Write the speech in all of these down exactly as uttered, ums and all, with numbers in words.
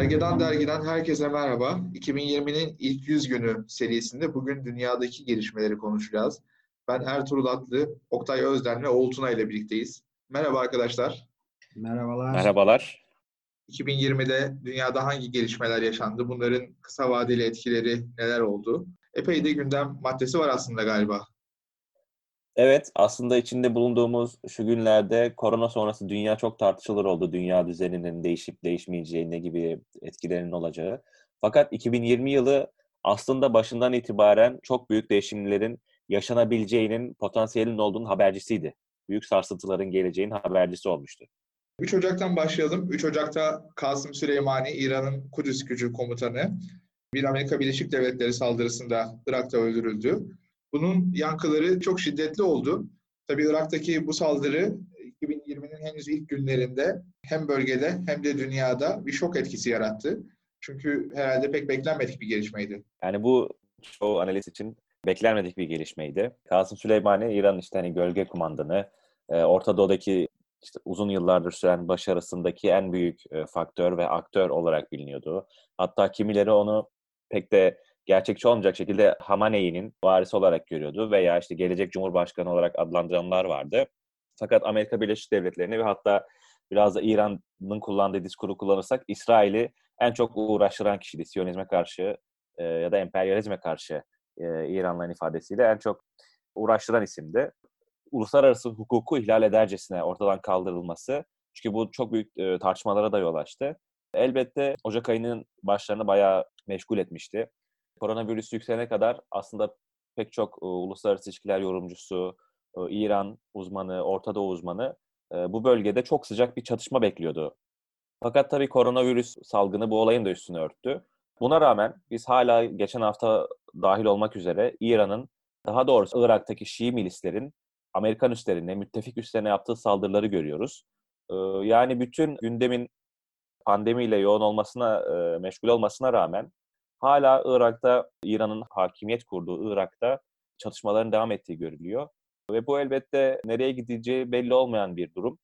Gergedan Dergi'den herkese merhaba. iki bin yirminin ilk yüz günü serisinde bugün dünyadaki gelişmeleri konuşacağız. Ben Ertuğrul Atlı, Oktay Özden ve Oğul Tuna ile birlikteyiz. Merhaba arkadaşlar. Merhabalar. Merhabalar. iki bin yirmide dünyada hangi gelişmeler yaşandı? Bunların kısa vadeli etkileri neler oldu? Epey de gündem maddesi var aslında galiba. Evet, aslında içinde bulunduğumuz şu günlerde korona sonrası dünya çok tartışılır oldu. Dünya düzeninin değişip değişmeyeceği, ne gibi etkilerinin olacağı. Fakat iki bin yirmi yılı aslında başından itibaren çok büyük değişimlerin yaşanabileceğinin, potansiyelinin olduğunun habercisiydi. Büyük sarsıntıların geleceğinin habercisi olmuştu. üç Ocak'tan başlayalım. üç Ocak'ta Kasım Süleymani, İran'ın Kudüs Gücü komutanı, bir Amerika Birleşik Devletleri saldırısında Irak'ta öldürüldü. Bunun yankıları çok şiddetli oldu. Tabii Irak'taki bu saldırı iki bin yirminin henüz ilk günlerinde hem bölgede hem de dünyada bir şok etkisi yarattı. Çünkü herhalde pek beklenmedik bir gelişmeydi. Yani bu çoğu analist için beklenmedik bir gelişmeydi. Kasım Süleymani, İran'ın işte hani gölge kumandanı, Orta Doğu'daki işte uzun yıllardır süren başarısındaki en büyük faktör ve aktör olarak biliniyordu. Hatta kimileri onu pek de gerçekçi olmayacak şekilde Hamanei'nin varisi olarak görüyordu veya işte gelecek Cumhurbaşkanı olarak adlandıranlar vardı. Fakat Amerika Birleşik Devletleri'ni ve hatta biraz da İran'ın kullandığı diskuru kullanırsak İsrail'i en çok uğraştıran kişiydi. Siyonizme karşı e, ya da emperyalizme karşı e, İranlıların ifadesiyle en çok uğraştıran isimdi. Uluslararası hukuku ihlal edercesine ortadan kaldırılması, çünkü bu çok büyük e, tartışmalara da yol açtı. Elbette Ocak ayının başlarını bayağı meşgul etmişti. Koronavirüs yükselene kadar aslında pek çok e, uluslararası ilişkiler yorumcusu, e, İran uzmanı, Orta Doğu uzmanı e, bu bölgede çok sıcak bir çatışma bekliyordu. Fakat tabii koronavirüs salgını bu olayın da üstünü örttü. Buna rağmen biz hala geçen hafta dahil olmak üzere İran'ın, daha doğrusu Irak'taki Şii milislerin Amerikan üslerine, müttefik üslerine yaptığı saldırıları görüyoruz. Ee, yani bütün gündemin pandemiyle yoğun olmasına, e, meşgul olmasına rağmen hala Irak'ta, İran'ın hakimiyet kurduğu Irak'ta çatışmaların devam ettiği görülüyor. Ve bu elbette nereye gideceği belli olmayan bir durum.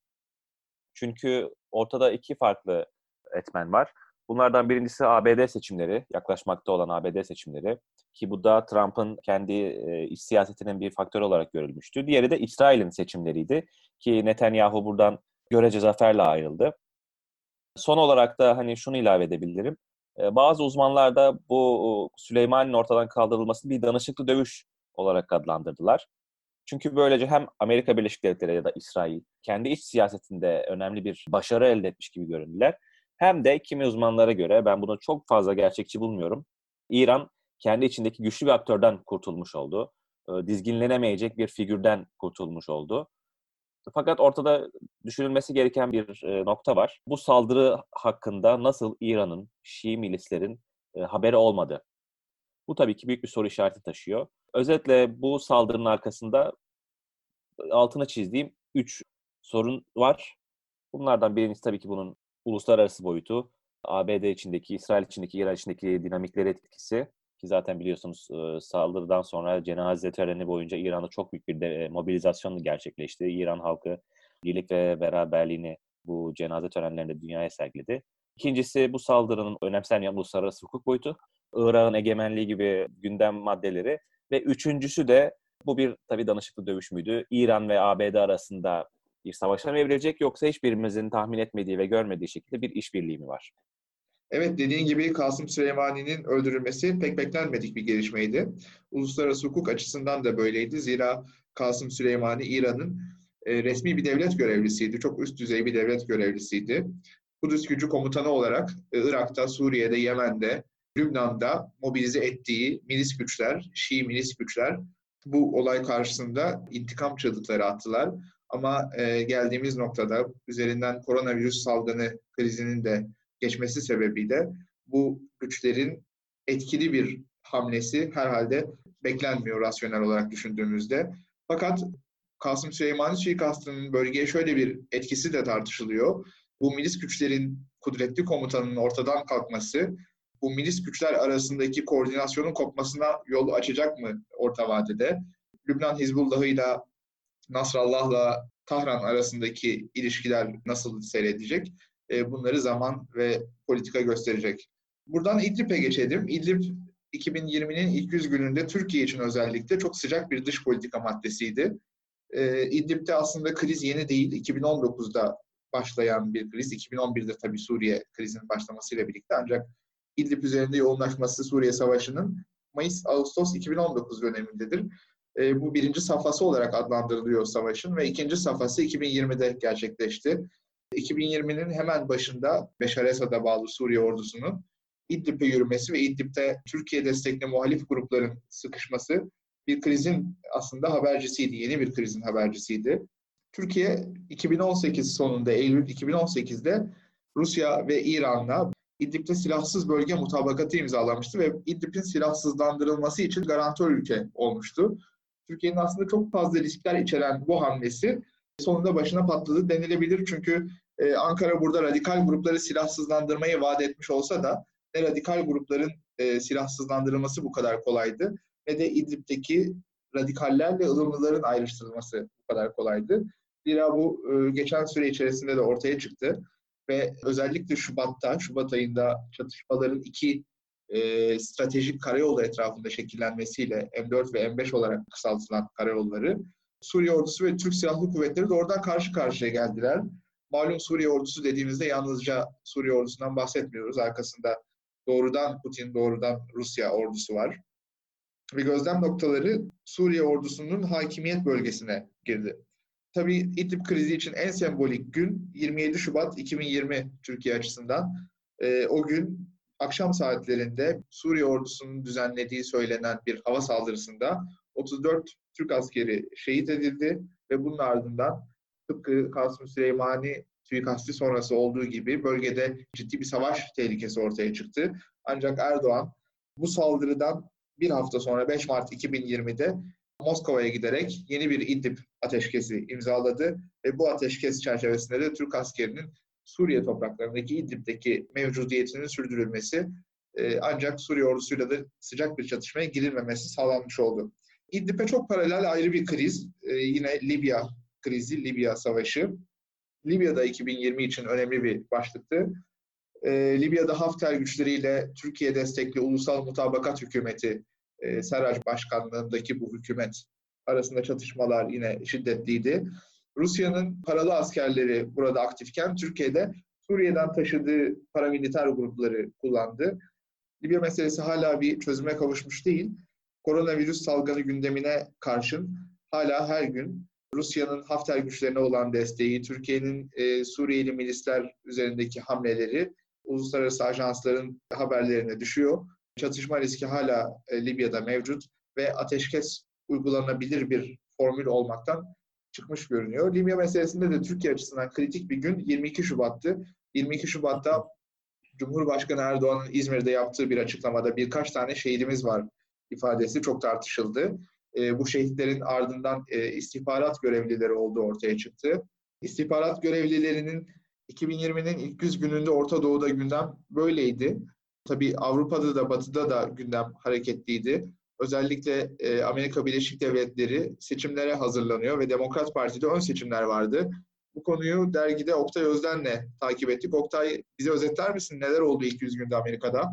Çünkü ortada iki farklı etmen var. Bunlardan birincisi A B D seçimleri, yaklaşmakta olan A B D seçimleri. Ki bu da Trump'ın kendi e, iç siyasetinin bir faktörü olarak görülmüştü. Diğeri de İsrail'in seçimleriydi. Ki Netanyahu buradan görece zaferle ayrıldı. Son olarak da hani şunu ilave edebilirim. E, bazı uzmanlar da bu Süleyman'ın ortadan kaldırılmasını bir danışıklı dövüş olarak adlandırdılar. Çünkü böylece hem Amerika Birleşik Devletleri ya da İsrail kendi iç siyasetinde önemli bir başarı elde etmiş gibi göründüler. Hem de kimi uzmanlara göre, ben bunu çok fazla gerçekçi bulmuyorum, İran kendi içindeki güçlü bir aktörden kurtulmuş oldu. Dizginlenemeyecek bir figürden kurtulmuş oldu. Fakat ortada düşünülmesi gereken bir nokta var. Bu saldırı hakkında nasıl İran'ın, Şii milislerin haberi olmadı? Bu tabii ki büyük bir soru işareti taşıyor. Özetle bu saldırının arkasında altına çizdiğim üç sorun var. Bunlardan birincisi tabii ki bunun uluslararası boyutu. A B D içindeki, İsrail içindeki, İran içindeki dinamikleri etkisi. Ki zaten biliyorsunuz saldırıdan sonra cenaze töreni boyunca İran'da çok büyük bir de, mobilizasyon gerçekleşti. İran halkı birlik ve beraberliğini bu cenaze törenlerinde dünyaya sergiledi. İkincisi bu saldırının önemsenmeyen uluslararası hukuk boyutu. Irak'ın egemenliği gibi gündem maddeleri. Ve üçüncüsü de bu bir tabii danışıklı dövüş müydü? İran ve A B D arasında bir savaşa mı evrilecek, yoksa hiçbirimizin tahmin etmediği ve görmediği şekilde bir işbirliği mi var? Evet, dediğin gibi Kasım Süleymani'nin öldürülmesi pek beklenmedik bir gelişmeydi. Uluslararası hukuk açısından da böyleydi. Zira Kasım Süleymani İran'ın e, resmi bir devlet görevlisiydi. Çok üst düzey bir devlet görevlisiydi. Kudüs Gücü komutanı olarak e, Irak'ta, Suriye'de, Yemen'de, Lübnan'da mobilize ettiği milis güçler, Şii milis güçler bu olay karşısında intikam çığlıkları attılar. Ama e, geldiğimiz noktada üzerinden koronavirüs salgını krizinin de geçmesi sebebiyle bu güçlerin etkili bir hamlesi herhalde beklenmiyor rasyonel olarak düşündüğümüzde. Fakat Kasım Süleymani suikastının bölgeye şöyle bir etkisi de tartışılıyor. Bu milis güçlerin kudretli komutanının ortadan kalkması, bu milis güçler arasındaki koordinasyonun kopmasına yol açacak mı orta vadede? Lübnan Hizbullah'ıyla, Nasrallah'la Tahran arasındaki ilişkiler nasıl seyredecek? E, bunları zaman ve politika gösterecek. Buradan İdlib'e geçelim. İdlib iki bin yirminin ilk yüz gününde Türkiye için özellikle çok sıcak bir dış politika maddesiydi. E, İdlib'de aslında kriz yeni değil. iki bin on dokuzda başlayan bir kriz. iki bin on birde tabii Suriye krizinin başlamasıyla birlikte, ancak İdlib üzerinde yoğunlaşması Suriye Savaşı'nın Mayıs-Ağustos iki bin on dokuz dönemindedir. E, bu birinci safhası olarak adlandırılıyor savaşın ve ikinci safhası iki bin yirmide gerçekleşti. iki bin yirminin hemen başında Beşar Esad'a bağlı Suriye ordusunun İdlib'e yürümesi ve İdlib'de Türkiye destekli muhalif grupların sıkışması bir krizin aslında habercisiydi, yeni bir krizin habercisiydi. Türkiye iki bin on sekiz sonunda, Eylül iki bin on sekizde Rusya ve İran'la İdlib'de silahsız bölge mutabakatı imzalamıştı ve İdlib'in silahsızlandırılması için garantör ülke olmuştu. Türkiye'nin aslında çok fazla riskler içeren bu hamlesi sonunda başına patladı denilebilir. Çünkü e, Ankara burada radikal grupları silahsızlandırmayı vaat etmiş olsa da ne radikal grupların e, silahsızlandırılması bu kadar kolaydı, ne de İdlib'deki radikallerle ılımlıların ayrıştırılması bu kadar kolaydı. Zira bu e, geçen süre içerisinde de ortaya çıktı ve özellikle Şubat'ta, Şubat ayında çatışmaların iki e, stratejik karayolu etrafında şekillenmesiyle M dört ve M beş olarak kısaltılan karayolları, Suriye ordusu ve Türk Silahlı Kuvvetleri de oradan karşı karşıya geldiler. Malum Suriye ordusu dediğimizde yalnızca Suriye ordusundan bahsetmiyoruz. Arkasında doğrudan Putin, doğrudan Rusya ordusu var. Ve gözlem noktaları Suriye ordusunun hakimiyet bölgesine girdi. Tabii İdlib krizi için en sembolik gün yirmi yedi Şubat iki bin yirmi Türkiye açısından. E, o gün akşam saatlerinde Suriye ordusunun düzenlediği söylenen bir hava saldırısında otuz dört Türk askeri şehit edildi ve bunun ardından tıpkı Kasım Süleymani suikasti sonrası olduğu gibi bölgede ciddi bir savaş tehlikesi ortaya çıktı. Ancak Erdoğan bu saldırıdan bir hafta sonra beş Mart iki bin yirmide Moskova'ya giderek yeni bir İdlib ateşkesi imzaladı ve bu ateşkes çerçevesinde de Türk askerinin Suriye topraklarındaki İdlib'deki mevcudiyetinin sürdürülmesi e, ancak Suriye ordusuyla da sıcak bir çatışmaya girilmemesi sağlanmış oldu. İdlib'e çok paralel ayrı bir kriz, e, yine Libya krizi, Libya Savaşı. Libya'da iki bin yirmi için önemli bir başlıktı. E, Libya'da Hafter güçleriyle Türkiye destekli Ulusal Mutabakat Hükümeti, e, Serraj başkanlığındaki bu hükümet arasında çatışmalar yine şiddetliydi. Rusya'nın paralı askerleri burada aktifken Türkiye'de Suriye'den taşıdığı paramiliter grupları kullandı. Libya meselesi hala bir çözüme kavuşmuş değil. Koronavirüs salgını gündemine karşın hala her gün Rusya'nın Hafter güçlerine olan desteği, Türkiye'nin e, Suriyeli milisler üzerindeki hamleleri uluslararası ajansların haberlerine düşüyor. Çatışma riski hala e, Libya'da mevcut ve ateşkes uygulanabilir bir formül olmaktan çıkmış görünüyor. Libya meselesinde de Türkiye açısından kritik bir gün yirmi iki Şubat'tı. yirmi iki Şubat'ta Cumhurbaşkanı Erdoğan'ın İzmir'de yaptığı bir açıklamada birkaç tane şehidimiz var ifadesi çok tartışıldı. E, bu şehitlerin ardından e, istihbarat görevlileri olduğu ortaya çıktı. İstihbarat görevlilerinin iki bin yirminin ilk yüz gününde Orta Doğu'da gündem böyleydi. Tabii Avrupa'da da Batı'da da gündem hareketliydi. Özellikle e, Amerika Birleşik Devletleri seçimlere hazırlanıyor ve Demokrat Parti'de ön seçimler vardı. Bu konuyu dergide Oktay Özden'le takip ettik. Oktay, bize özetler misin? Neler oldu ilk yüz günde Amerika'da?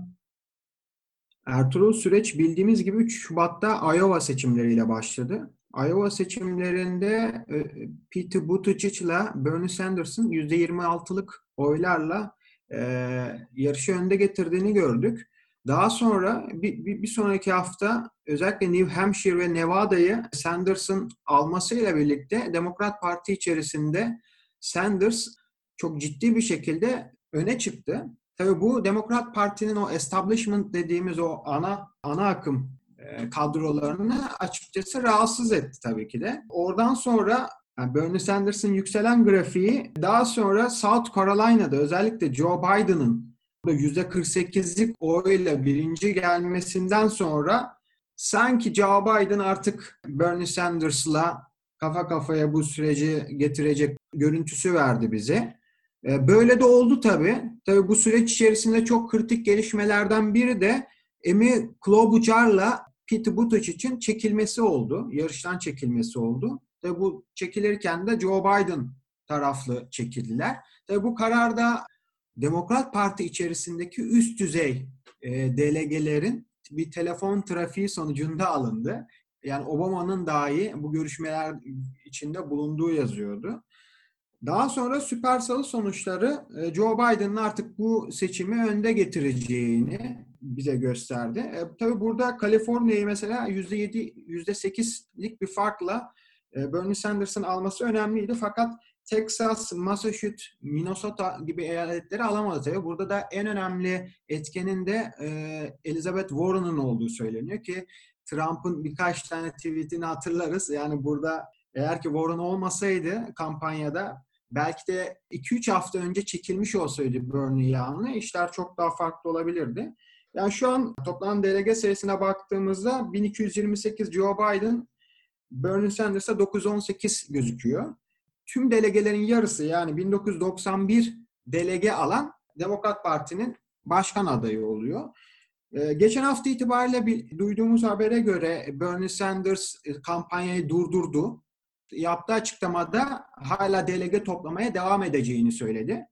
Ertuğrul, süreç bildiğimiz gibi üç Şubat'ta Iowa seçimleriyle başladı. Iowa seçimlerinde Pete Buttigieg ile Bernie Sanders'ın yüzde yirmi altılık oylarla e, yarışı önde getirdiğini gördük. Daha sonra bir, bir, bir sonraki hafta özellikle New Hampshire ve Nevada'yı Sanders'ın almasıyla birlikte Demokrat Parti içerisinde Sanders çok ciddi bir şekilde öne çıktı. Tabii bu Demokrat Parti'nin o establishment dediğimiz o ana ana akım e, kadrolarını açıkçası rahatsız etti tabii ki de. Oradan sonra yani Bernie Sanders'ın yükselen grafiği daha sonra South Carolina'da özellikle Joe Biden'ın yüzde kırk sekizlik oyla birinci gelmesinden sonra sanki Joe Biden artık Bernie Sanders'la kafa kafaya bu süreci getirecek görüntüsü verdi bize. Böyle de oldu tabii. Tabii bu süreç içerisinde çok kritik gelişmelerden biri de Amy Klobuchar'la Pete Buttigieg'in çekilmesi oldu. Yarıştan çekilmesi oldu. Tabii bu çekilirken de Joe Biden taraflı çekildiler. Tabii bu kararda Demokrat Parti içerisindeki üst düzey e, delegelerin bir telefon trafiği sonucunda alındı. Yani Obama'nın dahi bu görüşmeler içinde bulunduğu yazıyordu. Daha sonra Süper Salı sonuçları e, Joe Biden'ın artık bu seçimi önde getireceğini bize gösterdi. E, tabii burada Kaliforniya'yı mesela yüzde yedi, yüzde sekizlik bir farkla e, Bernie Sanders'ın alması önemliydi. Fakat Texas, Massachusetts, Minnesota gibi eyaletleri alamadı tabii. Burada da en önemli etkenin de e, Elizabeth Warren'ın olduğu söyleniyor ki Trump'ın birkaç tane tweetini hatırlarız. Yani burada eğer ki Warren olmasaydı kampanyada belki de iki üç hafta önce çekilmiş olsaydı Bernie yanına işler çok daha farklı olabilirdi. Yani şu an toplam delege sayısına baktığımızda bin iki yüz yirmi sekiz Joe Biden, Bernie Sanders'a dokuz yüz on sekiz gözüküyor. Tüm delegelerin yarısı yani bin dokuz yüz doksan bir delege alan Demokrat Parti'nin başkan adayı oluyor. Ee, geçen hafta itibariyle bir, duyduğumuz habere göre Bernie Sanders kampanyayı durdurdu. Yaptığı açıklamada hala delege toplamaya devam edeceğini söyledi.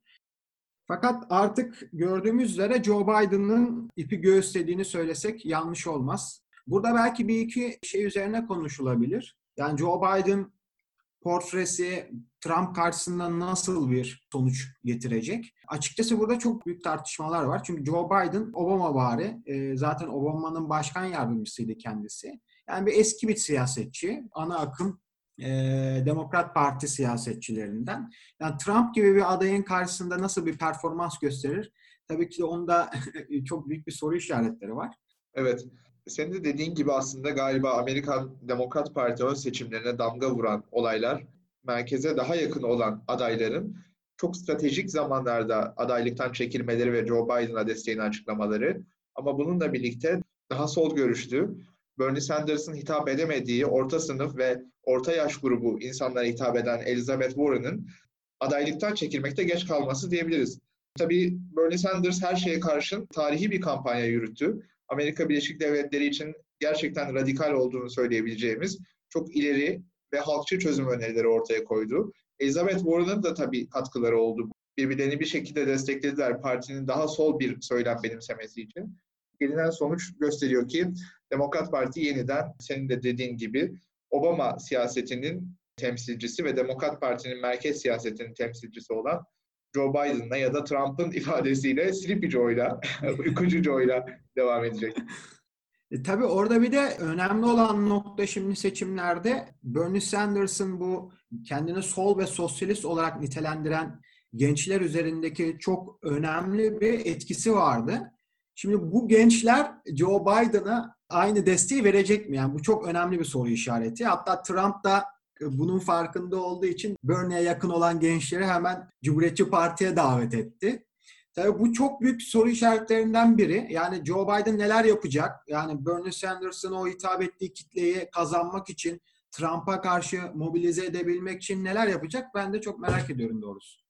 Fakat artık gördüğümüz üzere Joe Biden'ın ipi göğüslediğini söylesek yanlış olmaz. Burada belki bir iki şey üzerine konuşulabilir. Yani Joe Biden portresi Trump karşısında nasıl bir sonuç getirecek? Açıkçası burada çok büyük tartışmalar var. Çünkü Joe Biden Obama-vari, e, zaten Obama'nın başkan yardımcısıydı kendisi. Yani bir eski bir siyasetçi, ana akım e, Demokrat Parti siyasetçilerinden. Yani Trump gibi bir adayın karşısında nasıl bir performans gösterir? Tabii ki de onda çok büyük bir soru işaretleri var. Evet. Senin de dediğin gibi aslında galiba Amerikan Demokrat Parti ön seçimlerine damga vuran olaylar, merkeze daha yakın olan adayların çok stratejik zamanlarda adaylıktan çekilmeleri ve Joe Biden'a desteğini açıklamaları, ama bununla birlikte daha sol görüşlü, Bernie Sanders'ın hitap edemediği orta sınıf ve orta yaş grubu insanlara hitap eden Elizabeth Warren'ın adaylıktan çekilmekte geç kalması diyebiliriz. Tabii Bernie Sanders her şeye karşın tarihi bir kampanya yürüttü. Amerika Birleşik Devletleri için gerçekten radikal olduğunu söyleyebileceğimiz çok ileri ve halkçı çözüm önerileri ortaya koydu. Elizabeth Warren'ın da tabii katkıları oldu. Birbirlerini bir şekilde desteklediler partinin daha sol bir söylem benimsemesi için. Gelinen sonuç gösteriyor ki Demokrat Parti yeniden senin de dediğin gibi Obama siyasetinin temsilcisi ve Demokrat Parti'nin merkez siyasetinin temsilcisi olan Joe Biden'la ya da Trump'ın ifadesiyle Sleepy Joe'yla, uykucu Joe'yla devam edecek. E, tabii orada bir de önemli olan nokta şimdi seçimlerde Bernie Sanders'ın bu kendini sol ve sosyalist olarak nitelendiren gençler üzerindeki çok önemli bir etkisi vardı. Şimdi bu gençler Joe Biden'a aynı desteği verecek mi? Yani bu çok önemli bir soru işareti. Hatta Trump da bunun farkında olduğu için Bernie'ye yakın olan gençleri hemen Cumhuriyetçi Parti'ye davet etti. Tabii bu çok büyük soru işaretlerinden biri. Yani Joe Biden neler yapacak? Yani Bernie Sanders'ın o hitap ettiği kitleyi kazanmak için, Trump'a karşı mobilize edebilmek için neler yapacak? Ben de çok merak ediyorum doğrusu.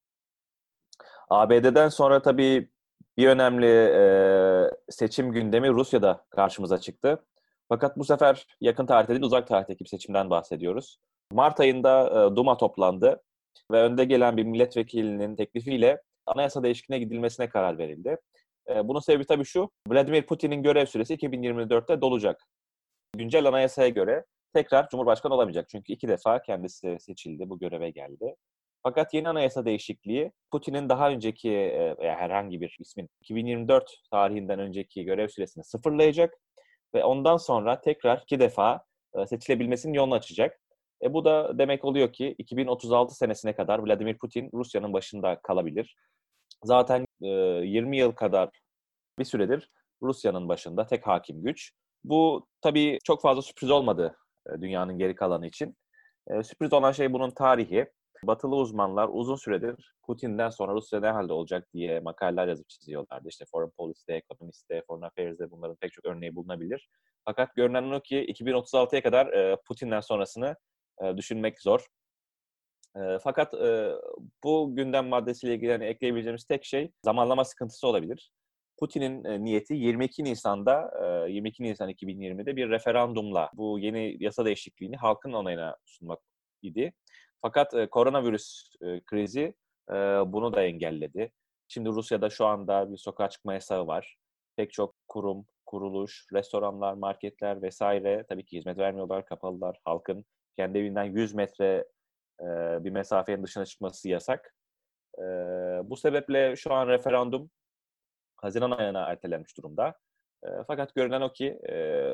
A B D'den sonra tabii bir önemli e, seçim gündemi Rusya'da karşımıza çıktı. Fakat bu sefer yakın tarihte değil, uzak tarihteki bir seçimden bahsediyoruz. Mart ayında e, Duma toplandı ve önde gelen bir milletvekilinin teklifiyle anayasa değişikliğine gidilmesine karar verildi. E, bunun sebebi tabii şu, Vladimir Putin'in görev süresi iki bin yirmi dörtte dolacak. Güncel anayasaya göre tekrar Cumhurbaşkanı olamayacak. Çünkü iki defa kendisi seçildi, bu göreve geldi. Fakat yeni anayasa değişikliği Putin'in daha önceki e, herhangi bir ismin iki bin yirmi dört tarihinden önceki görev süresini sıfırlayacak ve ondan sonra tekrar iki defa e, seçilebilmesinin yolunu açacak. E, bu da demek oluyor ki iki bin otuz altı senesine kadar Vladimir Putin Rusya'nın başında kalabilir. Zaten e, yirmi yıl kadar bir süredir Rusya'nın başında tek hakim güç. Bu tabii çok fazla sürpriz olmadı e, dünyanın geri kalanı için. E, sürpriz olan şey bunun tarihi. Batılı uzmanlar uzun süredir Putin'den sonra Rusya ne halde olacak diye makaleler yazıp çiziyorlardı. İşte Foreign Policy'de, Economist'te, Foreign Affairs'de bunların pek çok örneği bulunabilir. Fakat görünen o ki iki bin otuz altıya kadar e, Putin'den sonrasını e, düşünmek zor. E, fakat e, bu gündem maddesiyle ilgili yani ekleyebileceğimiz tek şey zamanlama sıkıntısı olabilir. Putin'in e, niyeti yirmi iki Nisan'da, e, yirmi iki Nisan iki bin yirmide bir referandumla bu yeni yasa değişikliğini halkın onayına sunmak idi. Fakat e, koronavirüs e, krizi e, bunu da engelledi. Şimdi Rusya'da şu anda bir sokağa çıkma yasağı var. Pek çok kurum, kuruluş, restoranlar, marketler vesaire tabii ki hizmet vermiyorlar, kapalılar. Halkın kendi evinden yüz metre e, bir mesafenin dışına çıkması yasak. E, bu sebeple şu an referandum Haziran ayına ertelenmiş durumda. E, fakat görünen o ki e,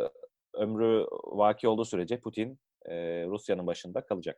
ömrü vaki olduğu sürece Putin e, Rusya'nın başında kalacak.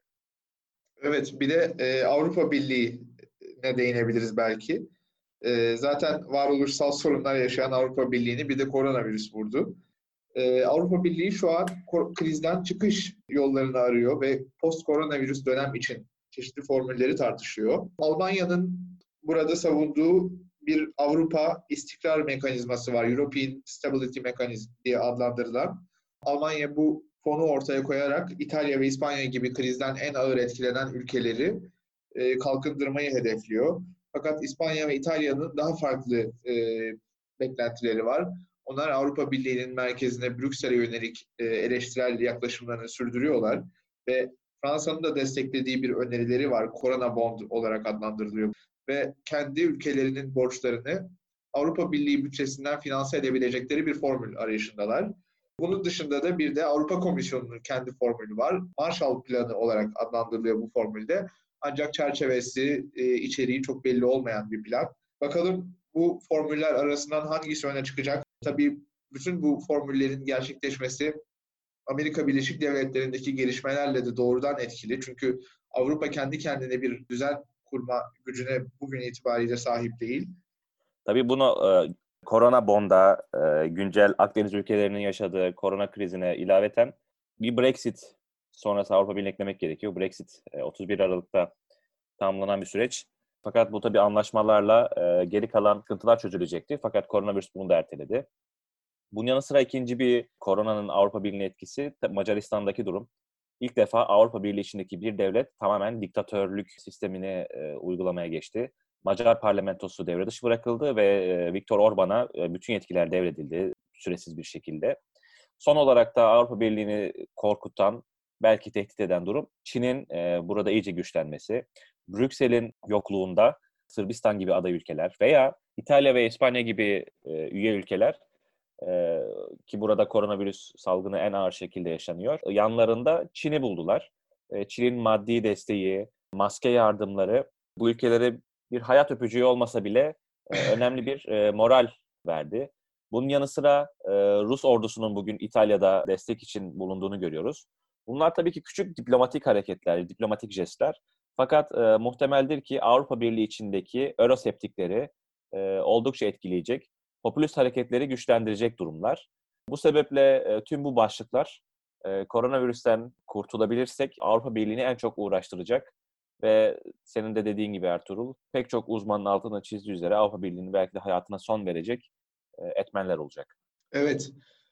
Evet, bir de e, Avrupa Birliği'ne değinebiliriz belki. E, zaten varoluşsal sorunlar yaşayan Avrupa Birliği'ni bir de koronavirüs vurdu. E, Avrupa Birliği şu an ko- krizden çıkış yollarını arıyor ve post-koronavirüs dönem için çeşitli formülleri tartışıyor. Almanya'nın burada savunduğu bir Avrupa istikrar mekanizması var. European Stability Mechanism diye adlandırılan. Almanya bu fonu ortaya koyarak İtalya ve İspanya gibi krizden en ağır etkilenen ülkeleri e, kalkındırmayı hedefliyor. Fakat İspanya ve İtalya'nın daha farklı e, beklentileri var. Onlar Avrupa Birliği'nin merkezine, Brüksel'e yönelik e, eleştirel yaklaşımlarını sürdürüyorlar ve Fransa'nın da desteklediği bir önerileri var. Corona Bond olarak adlandırılıyor ve kendi ülkelerinin borçlarını Avrupa Birliği bütçesinden finanse edebilecekleri bir formül arayışındalar. Bunun dışında da bir de Avrupa Komisyonu'nun kendi formülü var. Marshall Planı olarak adlandırılıyor bu formülde. Ancak çerçevesi, e, içeriği çok belli olmayan bir plan. Bakalım bu formüller arasından hangisi öne çıkacak? Tabii bütün bu formüllerin gerçekleşmesi Amerika Birleşik Devletleri'ndeki gelişmelerle de doğrudan etkili. Çünkü Avrupa kendi kendine bir düzen kurma gücüne bugün itibariyle sahip değil. Tabii bunu e, Korona Bond'a, e, güncel Akdeniz ülkelerinin yaşadığı korona krizine ilaveten bir Brexit sonrası Avrupa Birliği'ne eklemek gerekiyor. Brexit e, otuz bir Aralık'ta tamamlanan bir süreç. Fakat bu tabii anlaşmalarla e, geri kalan sıkıntılar çözülecekti. Fakat koronavirüs bunu da erteledi. Bunun yanı sıra ikinci bir koronanın Avrupa Birliği'ne etkisi Macaristan'daki durum. İlk defa Avrupa Birliği içindeki bir devlet tamamen diktatörlük sistemini e, uygulamaya geçti. Macar parlamentosu devre dışı bırakıldı ve e, Viktor Orban'a e, bütün yetkiler devredildi süresiz bir şekilde. Son olarak da Avrupa Birliği'ni korkutan, belki tehdit eden durum Çin'in e, burada iyice güçlenmesi. Brüksel'in yokluğunda Sırbistan gibi aday ülkeler veya İtalya ve İspanya gibi e, üye ülkeler Ee, ki burada koronavirüs salgını en ağır şekilde yaşanıyor. Yanlarında Çin'i buldular. Ee, Çin'in maddi desteği, maske yardımları bu ülkelere bir hayat öpücüğü olmasa bile e, önemli bir e, moral verdi. Bunun yanı sıra e, Rus ordusunun bugün İtalya'da destek için bulunduğunu görüyoruz. Bunlar tabii ki küçük diplomatik hareketler, diplomatik jestler. Fakat e, muhtemeldir ki Avrupa Birliği içindeki Euroseptikleri e, oldukça etkileyecek. Popülist hareketleri güçlendirecek durumlar. Bu sebeple e, tüm bu başlıklar e, koronavirüsten kurtulabilirsek Avrupa Birliği'ni en çok uğraştıracak ve senin de dediğin gibi Ertuğrul, pek çok uzmanın altına çizdiği üzere Avrupa Birliği'nin belki de hayatına son verecek e, etmenler olacak. Evet,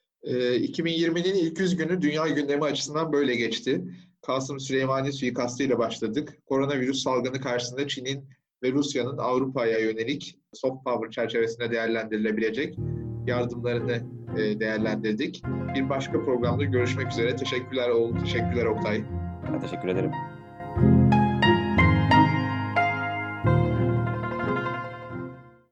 e, iki bin yirminin ilk yüz günü dünya gündemi açısından böyle geçti. Kasım Süleymani suikastıyla başladık. Koronavirüs salgını karşısında Çin'in ve Rusya'nın Avrupa'ya yönelik soft power çerçevesinde değerlendirilebilecek yardımlarını e, değerlendirdik. Bir başka programda görüşmek üzere. Teşekkürler Oğul, teşekkürler Oktay. Ben teşekkür ederim.